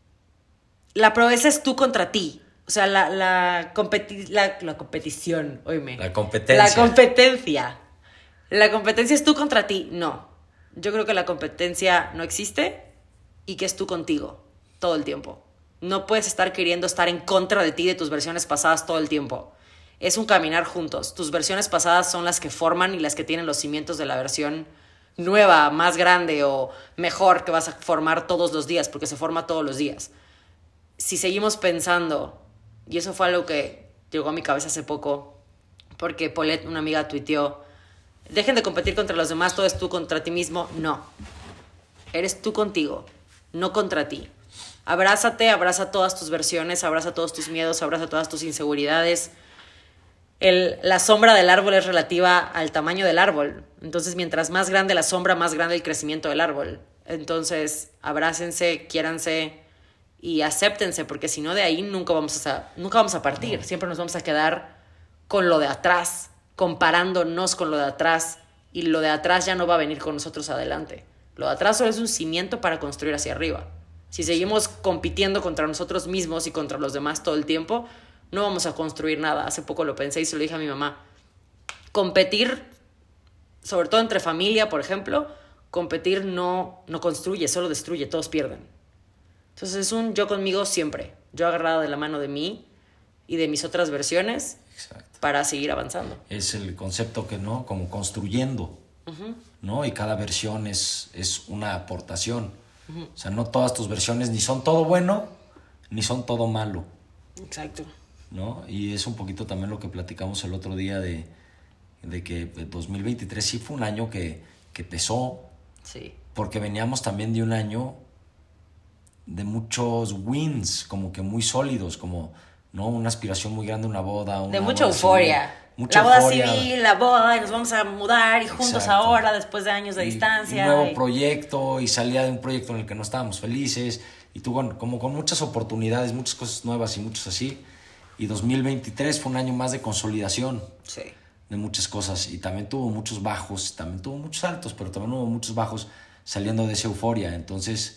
la proeza es tú contra ti. O sea, la, la, competi- la, la competición, oíme. La competencia. La competencia. La competencia es tú contra ti. No. Yo creo que la competencia no existe y que es tú contigo todo el tiempo. No puedes estar queriendo estar en contra de ti, de tus versiones pasadas todo el tiempo. Es un caminar juntos. Tus versiones pasadas son las que forman y las que tienen los cimientos de la versión nueva, más grande o mejor que vas a formar todos los días, porque se forma todos los días. Si seguimos pensando, y eso fue algo que llegó a mi cabeza hace poco, porque Paulette, una amiga, tuiteó, dejen de competir contra los demás, todo es tú contra ti mismo. No, eres tú contigo, no contra ti. Abrázate, abraza todas tus versiones, abraza todos tus miedos, abraza todas tus inseguridades. El, la sombra del árbol es relativa al tamaño del árbol. Entonces, mientras más grande la sombra, más grande el crecimiento del árbol. Entonces, abrácense, quiéranse y acéptense, porque si no, de ahí nunca vamos a, nunca vamos a partir. No. Siempre nos vamos a quedar con lo de atrás, comparándonos con lo de atrás, y lo de atrás ya no va a venir con nosotros adelante. Lo de atrás solo es un cimiento para construir hacia arriba. Si seguimos compitiendo contra nosotros mismos y contra los demás todo el tiempo, no vamos a construir nada. Hace poco lo pensé y se lo dije a mi mamá. Competir, sobre todo entre familia, por ejemplo, competir no, no construye, solo destruye, todos pierden. Entonces es un yo conmigo siempre. Yo agarrado de la mano de mí y de mis otras versiones. Exacto. Para seguir avanzando. Es el concepto que, ¿no? Como construyendo, uh-huh. ¿no? Y cada versión es, es una aportación. Uh-huh. O sea, no todas tus versiones ni son todo bueno, ni son todo malo. Exacto. ¿No? Y es un poquito también lo que platicamos el otro día de, de que dos mil veintitrés sí fue un año que, que pesó. Sí. Porque veníamos también de un año de muchos wins, como que muy sólidos, como, ¿no? Una aspiración muy grande, una boda. Una de mucha boda euforia. Civil, mucha la boda euforia. civil, la boda, y nos vamos a mudar y juntos Exacto. ahora, después de años de y, distancia. Y nuevo y... proyecto, y salía de un proyecto en el que no estábamos felices, y tú con, como con muchas oportunidades, muchas cosas nuevas y muchos así. Y dos mil veintitrés fue un año más de consolidación. Sí. De muchas cosas, y también tuvo muchos bajos, también tuvo muchos altos, pero también hubo muchos bajos saliendo de esa euforia. Entonces,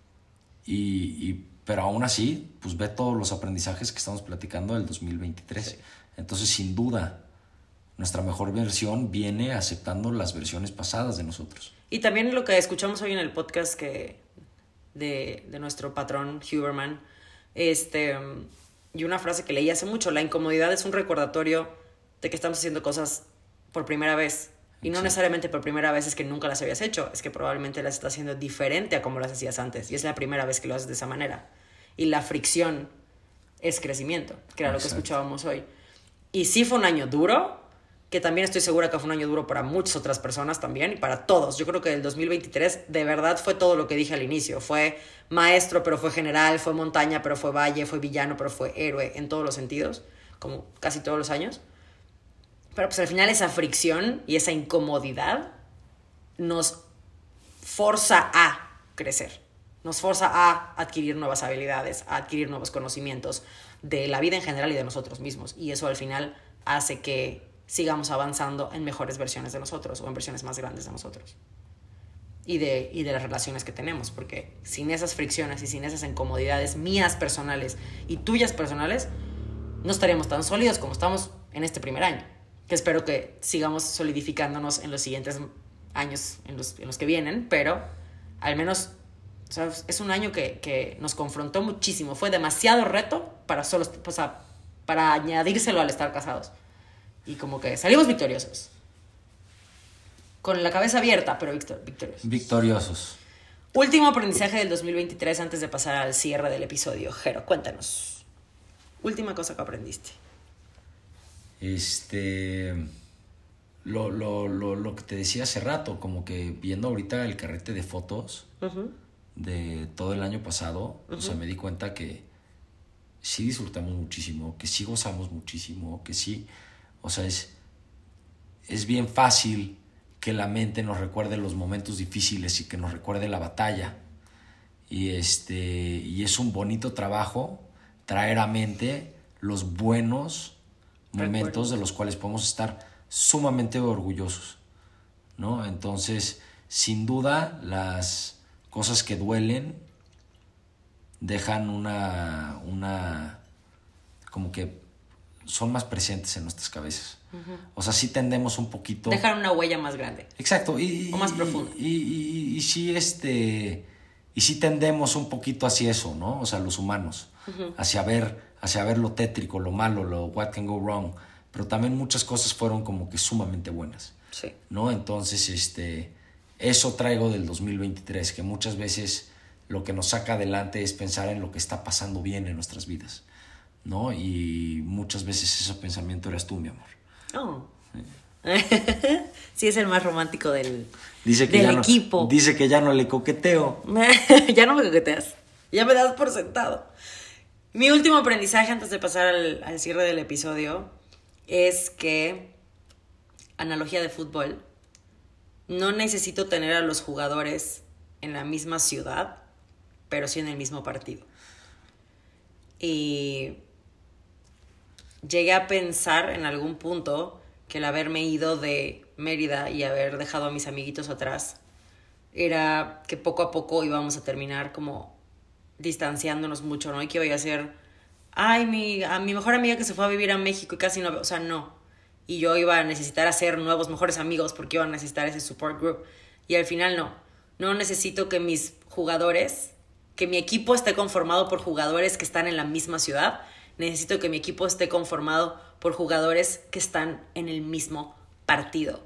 y, y pero aún así, pues ve todos los aprendizajes que estamos platicando del dos mil veintitrés. Sí. Entonces, sin duda, nuestra mejor versión viene aceptando las versiones pasadas de nosotros. Y también lo que escuchamos hoy en el podcast que de, de nuestro patrón Huberman, este, y una frase que leí hace mucho: la incomodidad es un recordatorio de que estamos haciendo cosas por primera vez. Y no sí. necesariamente por primera vez es que nunca las habías hecho, es que probablemente las estás haciendo diferente a como las hacías antes. Y es la primera vez que lo haces de esa manera. Y la fricción es crecimiento, que era Exacto. lo que escuchábamos hoy. Y sí fue un año duro, que también estoy segura que fue un año duro para muchas otras personas también, y para todos. Yo creo que el dos mil veintitrés de verdad fue todo lo que dije al inicio. Fue maestro, pero fue general, fue montaña, pero fue valle, fue villano, pero fue héroe, en todos los sentidos, como casi todos los años. Pero pues al final esa fricción y esa incomodidad nos forza a crecer, nos forza a adquirir nuevas habilidades, a adquirir nuevos conocimientos de la vida en general y de nosotros mismos. Y eso al final hace que sigamos avanzando en mejores versiones de nosotros o en versiones más grandes de nosotros. Y de, y de las relaciones que tenemos, porque sin esas fricciones y sin esas incomodidades mías personales y tuyas personales, no estaríamos tan sólidos como estamos en este primer año, que espero que sigamos solidificándonos en los siguientes años en los, en los que vienen, pero al menos, o sea, es un año que, que nos confrontó muchísimo, fue demasiado reto para, solo, o sea, para añadírselo al estar casados, y como que salimos victoriosos. Con la cabeza abierta, pero victor- victoriosos. Victoriosos. Último aprendizaje del dos mil veintitrés antes de pasar al cierre del episodio. Jero, cuéntanos. Última cosa que aprendiste. Este... Lo, lo, lo, lo que te decía hace rato, como que viendo ahorita el carrete de fotos uh-huh. de todo el año pasado, uh-huh. o sea, me di cuenta que sí disfrutamos muchísimo, que sí gozamos muchísimo, que sí, o sea, es, es bien fácil que la mente nos recuerde los momentos difíciles y que nos recuerde la batalla. Y, este, y es un bonito trabajo traer a mente los buenos momentos Recuerdo. de los cuales podemos estar sumamente orgullosos, ¿no? Entonces, sin duda, las cosas que duelen dejan una, una como que son más presentes en nuestras cabezas. Uh-huh. O sea, sí tendemos un poquito... Dejar una huella más grande. Exacto. Y, o más profunda. Y, y, y, y sí, este... Y sí tendemos un poquito hacia eso, ¿no? O sea, los humanos. Uh-huh. Hacia ver, hacia ver lo tétrico, lo malo, lo what can go wrong. Pero también muchas cosas fueron como que sumamente buenas. Sí. ¿No? Entonces, este... Eso traigo del dos mil veintitrés, que muchas veces lo que nos saca adelante es pensar en lo que está pasando bien en nuestras vidas, ¿no? Y muchas veces ese pensamiento eras tú, mi amor. Oh. Sí, sí, es el más romántico del, dice que del ya equipo. No, dice que ya no le coqueteo. Ya no me coqueteas. Ya me das por sentado. Mi último aprendizaje antes de pasar al, al cierre del episodio es que, analogía de fútbol, no necesito tener a los jugadores en la misma ciudad, pero sí en el mismo partido. Y llegué a pensar en algún punto que el haberme ido de Mérida y haber dejado a mis amiguitos atrás era que poco a poco íbamos a terminar como distanciándonos mucho, ¿no? Y que iba a ser, ay, mi, a mi mejor amiga que se fue a vivir a México y casi no, o sea, no. Y yo iba a necesitar hacer nuevos mejores amigos porque iba a necesitar ese support group. Y al final no. No necesito que mis jugadores, que mi equipo esté conformado por jugadores que están en la misma ciudad. Necesito que mi equipo esté conformado por jugadores que están en el mismo partido,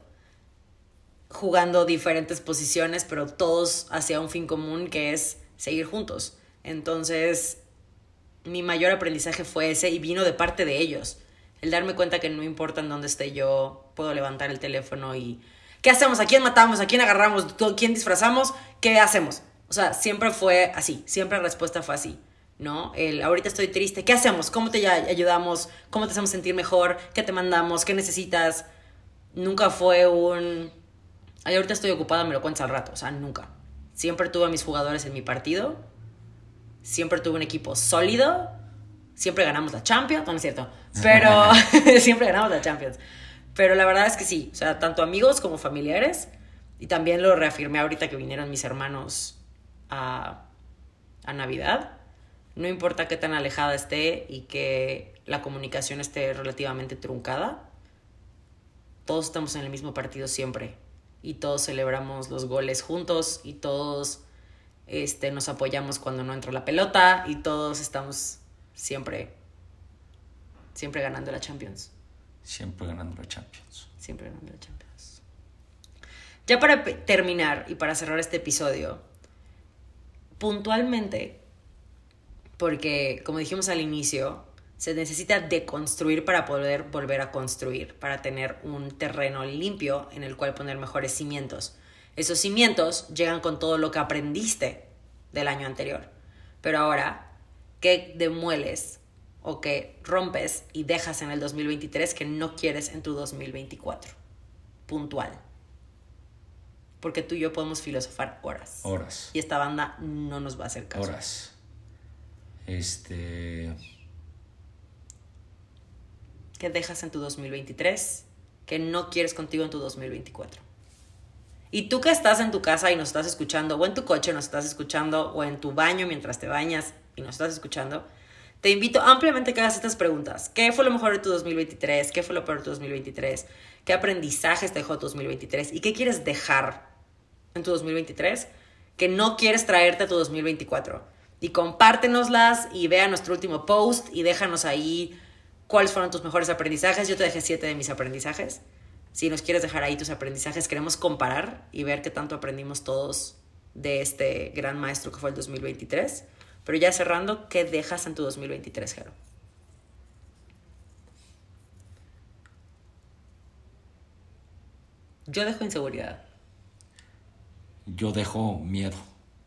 jugando diferentes posiciones, pero todos hacia un fin común que es seguir juntos. Entonces, mi mayor aprendizaje fue ese y vino de parte de ellos. El darme cuenta que no importa en dónde esté yo, puedo levantar el teléfono y... ¿Qué hacemos? ¿A quién matamos? ¿A quién agarramos? ¿A quién disfrazamos? ¿Qué hacemos? O sea, siempre fue así. Siempre la respuesta fue así, ¿no? El, ahorita estoy triste. ¿Qué hacemos? ¿Cómo te ayudamos? ¿Cómo te hacemos sentir mejor? ¿Qué te mandamos? ¿Qué necesitas? Nunca fue un... Ay, ahorita estoy ocupada, me lo cuentas al rato. O sea, nunca. Siempre tuve a mis jugadores en mi partido. Siempre tuve un equipo sólido. Siempre ganamos la Champions, no, no es cierto, pero siempre ganamos la Champions. Pero la verdad es que sí, o sea, tanto amigos como familiares, y también lo reafirmé ahorita que vinieron mis hermanos a, a Navidad, no importa qué tan alejada esté y que la comunicación esté relativamente truncada, todos estamos en el mismo partido siempre, y todos celebramos los goles juntos, y todos este, nos apoyamos cuando no entra la pelota, y todos estamos... Siempre, siempre ganando la Champions. Siempre ganando la Champions. Siempre ganando la Champions. Ya para pe- terminar y para cerrar este episodio, puntualmente, porque como dijimos al inicio, se necesita deconstruir para poder volver a construir, para tener un terreno limpio en el cual poner mejores cimientos. Esos cimientos llegan con todo lo que aprendiste del año anterior. Pero ahora... ¿qué demueles o que rompes y dejas en el dos mil veintitrés que no quieres en tu dos mil veinticuatro? Puntual. Porque tú y yo podemos filosofar horas. Horas. Y esta banda no nos va a hacer caso. Horas. Este... ¿Qué dejas en tu dos mil veintitrés que no quieres contigo en tu dos mil veinticuatro? Y tú que estás en tu casa y nos estás escuchando, o en tu coche nos estás escuchando, o en tu baño mientras te bañas y nos estás escuchando, te invito ampliamente a que hagas estas preguntas. ¿Qué fue lo mejor de tu dos mil veintitrés? ¿Qué fue lo peor de tu dos mil veintitrés? ¿Qué aprendizajes te dejó tu dos mil veintitrés? ¿Y qué quieres dejar en tu dos mil veintitrés que no quieres traerte a tu dos mil veinticuatro? Y compártenoslas y vea nuestro último post y déjanos ahí cuáles fueron tus mejores aprendizajes. Yo te dejé siete de mis aprendizajes. Si nos quieres dejar ahí tus aprendizajes, queremos comparar y ver qué tanto aprendimos todos de este gran maestro que fue el dos mil veintitrés. Pero ya cerrando, ¿qué dejas en tu dos mil veintitrés, Jero? Yo dejo inseguridad. Yo dejo miedo.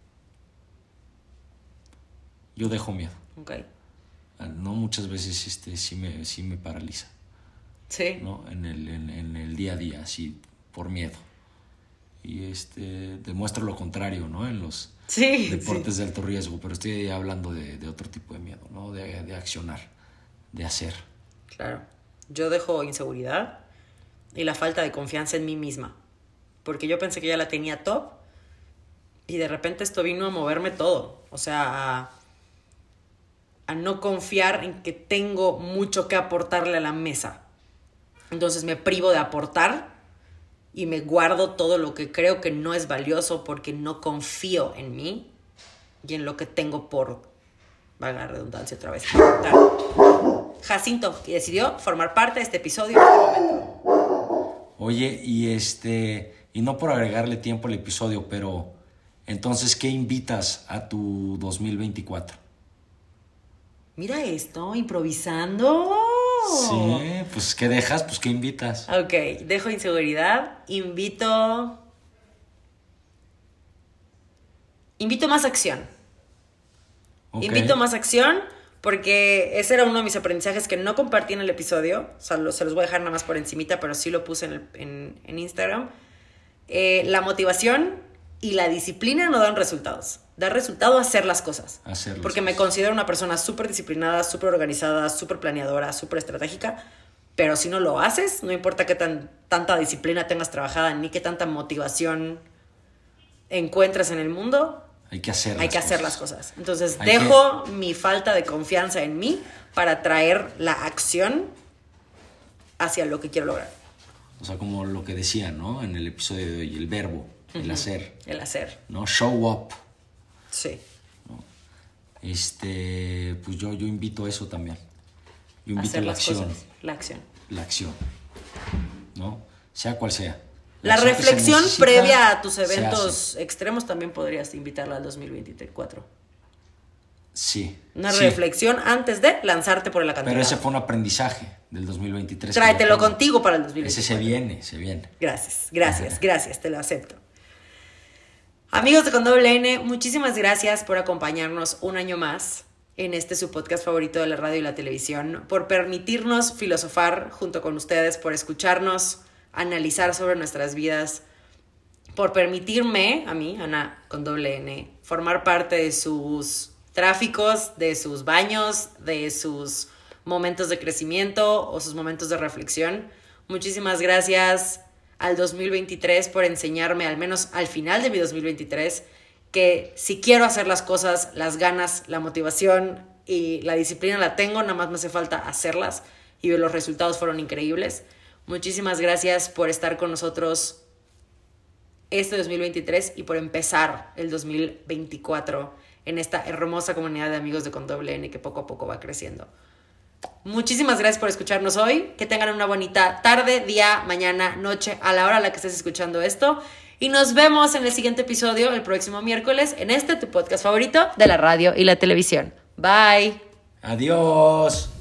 Yo dejo miedo. Ok. No, muchas veces este, sí, me, sí me paraliza. Sí. ¿No? En el, en, en el día a día, así, por miedo. Y este, demuestro lo contrario, ¿no? En los sí, deportes sí. de alto riesgo, pero estoy hablando de, de otro tipo de miedo, ¿no? De, de accionar, de hacer. Claro. Yo dejo inseguridad y la falta de confianza en mí misma. Porque yo pensé que ya la tenía top y de repente esto vino a moverme todo. O sea, a, a no confiar en que tengo mucho que aportarle a la mesa. Entonces me privo de aportar y me guardo todo lo que creo que no es valioso porque no confío en mí y en lo que tengo por, valga la redundancia otra vez, aportar. Jacinto, que decidió formar parte de este episodio en este momento. Oye, y este, y no por agregarle tiempo al episodio, pero entonces, ¿qué invitas a tu dos mil veinticuatro? Mira esto, improvisando. Sí, pues ¿qué dejas? Pues ¿qué invitas? Ok, dejo inseguridad, invito... Invito más acción. Okay. Invito más acción porque ese era uno de mis aprendizajes que no compartí en el episodio. O sea, lo, se los voy a dejar nada más por encimita, pero sí lo puse en, el, en, en Instagram. Eh, la motivación y la disciplina no dan resultados. Da resultado hacer las cosas. Hacer las porque cosas. Me considero una persona súper disciplinada, súper organizada, súper planeadora, súper estratégica. Pero si no lo haces, no importa qué tan, tanta disciplina tengas trabajada ni qué tanta motivación encuentres en el mundo, hay que hacer hay las que hacer cosas. las cosas. Entonces hay dejo que... mi falta de confianza en mí para traer la acción hacia lo que quiero lograr. O sea, como lo que decía, ¿no? En el episodio de hoy, el verbo, el uh-huh. hacer. El hacer. ¿No? Show up. Sí. ¿No? Este, pues yo, yo invito a eso también. Yo invito hacer a la las acción. Cosas. La acción. La acción. ¿No? Sea cual sea. La, la reflexión previa a tus eventos extremos también podrías invitarla al dos mil veinticuatro. Sí. Una sí. reflexión antes de lanzarte por el acantilado. Pero ese fue un aprendizaje del dos mil veintitrés. Tráetelo contigo para el dos mil veinticuatro. Ese se viene, se viene. Gracias, gracias, Ajá. gracias, te lo acepto. Amigos de Con Doble N, muchísimas gracias por acompañarnos un año más en este su podcast favorito de la radio y la televisión, por permitirnos filosofar junto con ustedes, por escucharnos, analizar sobre nuestras vidas, por permitirme, a mí, Ana con doble N, formar parte de sus tráficos, de sus baños, de sus momentos de crecimiento o sus momentos de reflexión. Muchísimas gracias al dos mil veintitrés por enseñarme, al menos al final de mi dos mil veintitrés, que si quiero hacer las cosas, las ganas, la motivación y la disciplina la tengo, nada más me hace falta hacerlas y los resultados fueron increíbles. Muchísimas gracias por estar con nosotros este dos mil veintitrés y por empezar el dos mil veinticuatro en esta hermosa comunidad de amigos de Con Doble N que poco a poco va creciendo. Muchísimas gracias por escucharnos hoy. Que tengan una bonita tarde, día, mañana, noche, a la hora a la que estés escuchando esto. Y nos vemos en el siguiente episodio el próximo miércoles en este tu podcast favorito de la radio y la televisión. Bye. Adiós.